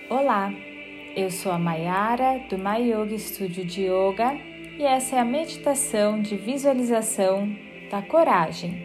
Olá, eu sou a Mayara do My Yoga Studio de Yoga e essa é a meditação de visualização da coragem.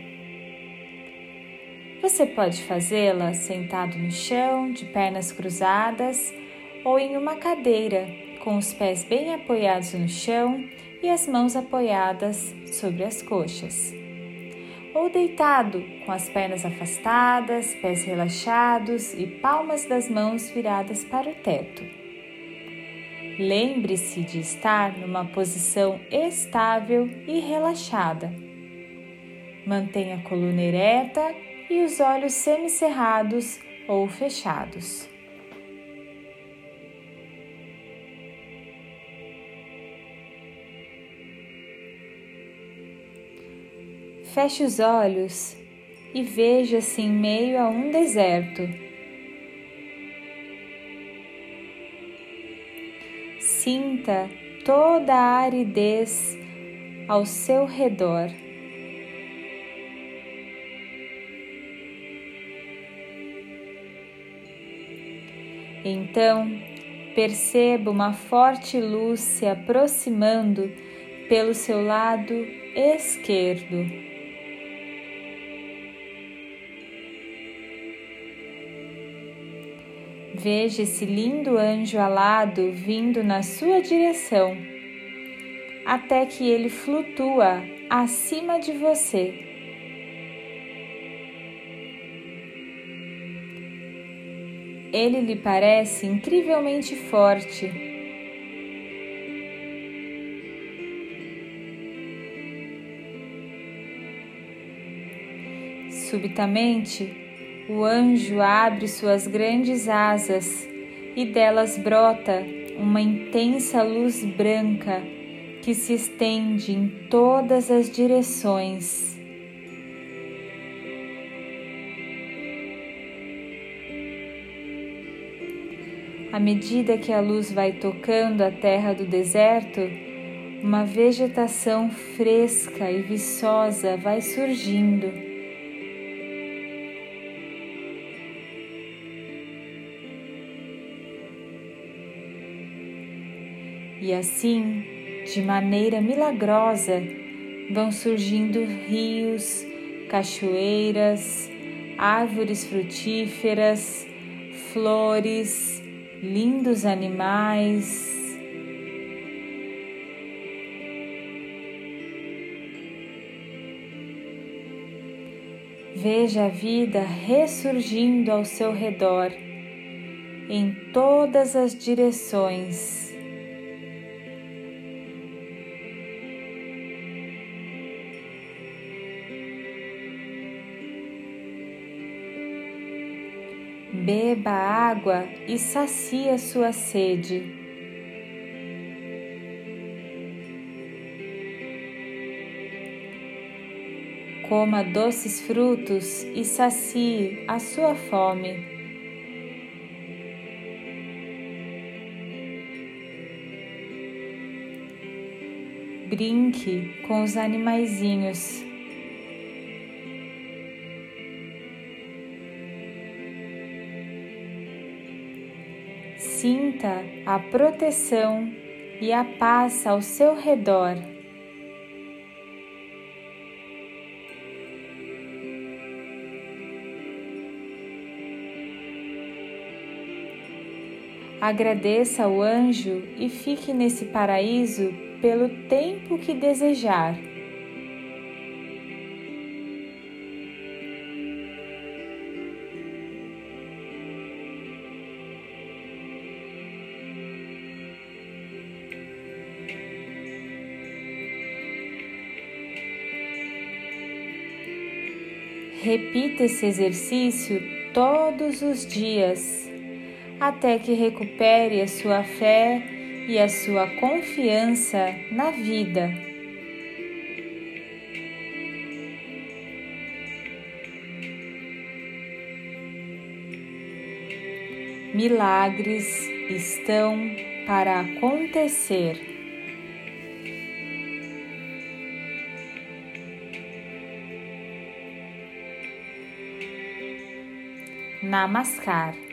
Você pode fazê-la sentado no chão, de pernas cruzadas ou em uma cadeira, com os pés bem apoiados no chão e as mãos apoiadas sobre as coxas. Ou deitado, com as pernas afastadas, pés relaxados e palmas das mãos viradas para o teto. Lembre-se de estar numa posição estável e relaxada. Mantenha a coluna ereta e os olhos semicerrados ou fechados. Feche os olhos e veja-se em meio a um deserto. Sinta toda a aridez ao seu redor. Então, perceba uma forte luz se aproximando pelo seu lado esquerdo. Veja esse lindo anjo alado vindo na sua direção, até que ele flutua acima de você. Ele lhe parece incrivelmente forte. Subitamente, o anjo abre suas grandes asas e delas brota uma intensa luz branca que se estende em todas as direções. À medida que a luz vai tocando a terra do deserto, uma vegetação fresca e viçosa vai surgindo. E assim, de maneira milagrosa, vão surgindo rios, cachoeiras, árvores frutíferas, flores, lindos animais. Veja a vida ressurgindo ao seu redor, em todas as direções. Beba água e sacia sua sede. Coma doces frutos e sacie a sua fome. Brinque com os animaizinhos. Sinta a proteção e a paz ao seu redor. Agradeça ao anjo e fique nesse paraíso pelo tempo que desejar. Repita esse exercício todos os dias, até que recupere a sua fé e a sua confiança na vida. Milagres estão para acontecer. Namaskar.